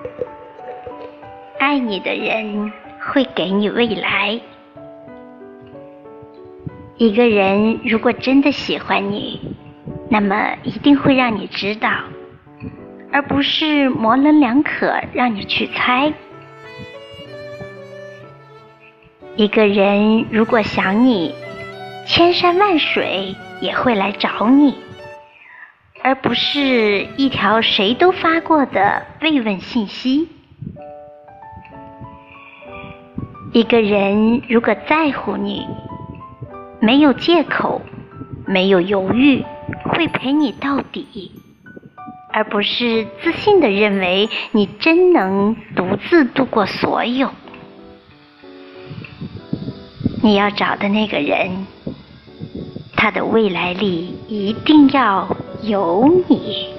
爱你的人会给你未来。一个人如果真的喜欢你，那么一定会让你知道，而不是模棱两可让你去猜。一个人如果想你，千山万水也会来找你，而不是一条谁都发过的慰问信息。一个人如果在乎你，没有借口，没有犹豫，会陪你到底，而不是自信地认为你真能独自度过所有。你要找的那个人，他的未来里一定要有你。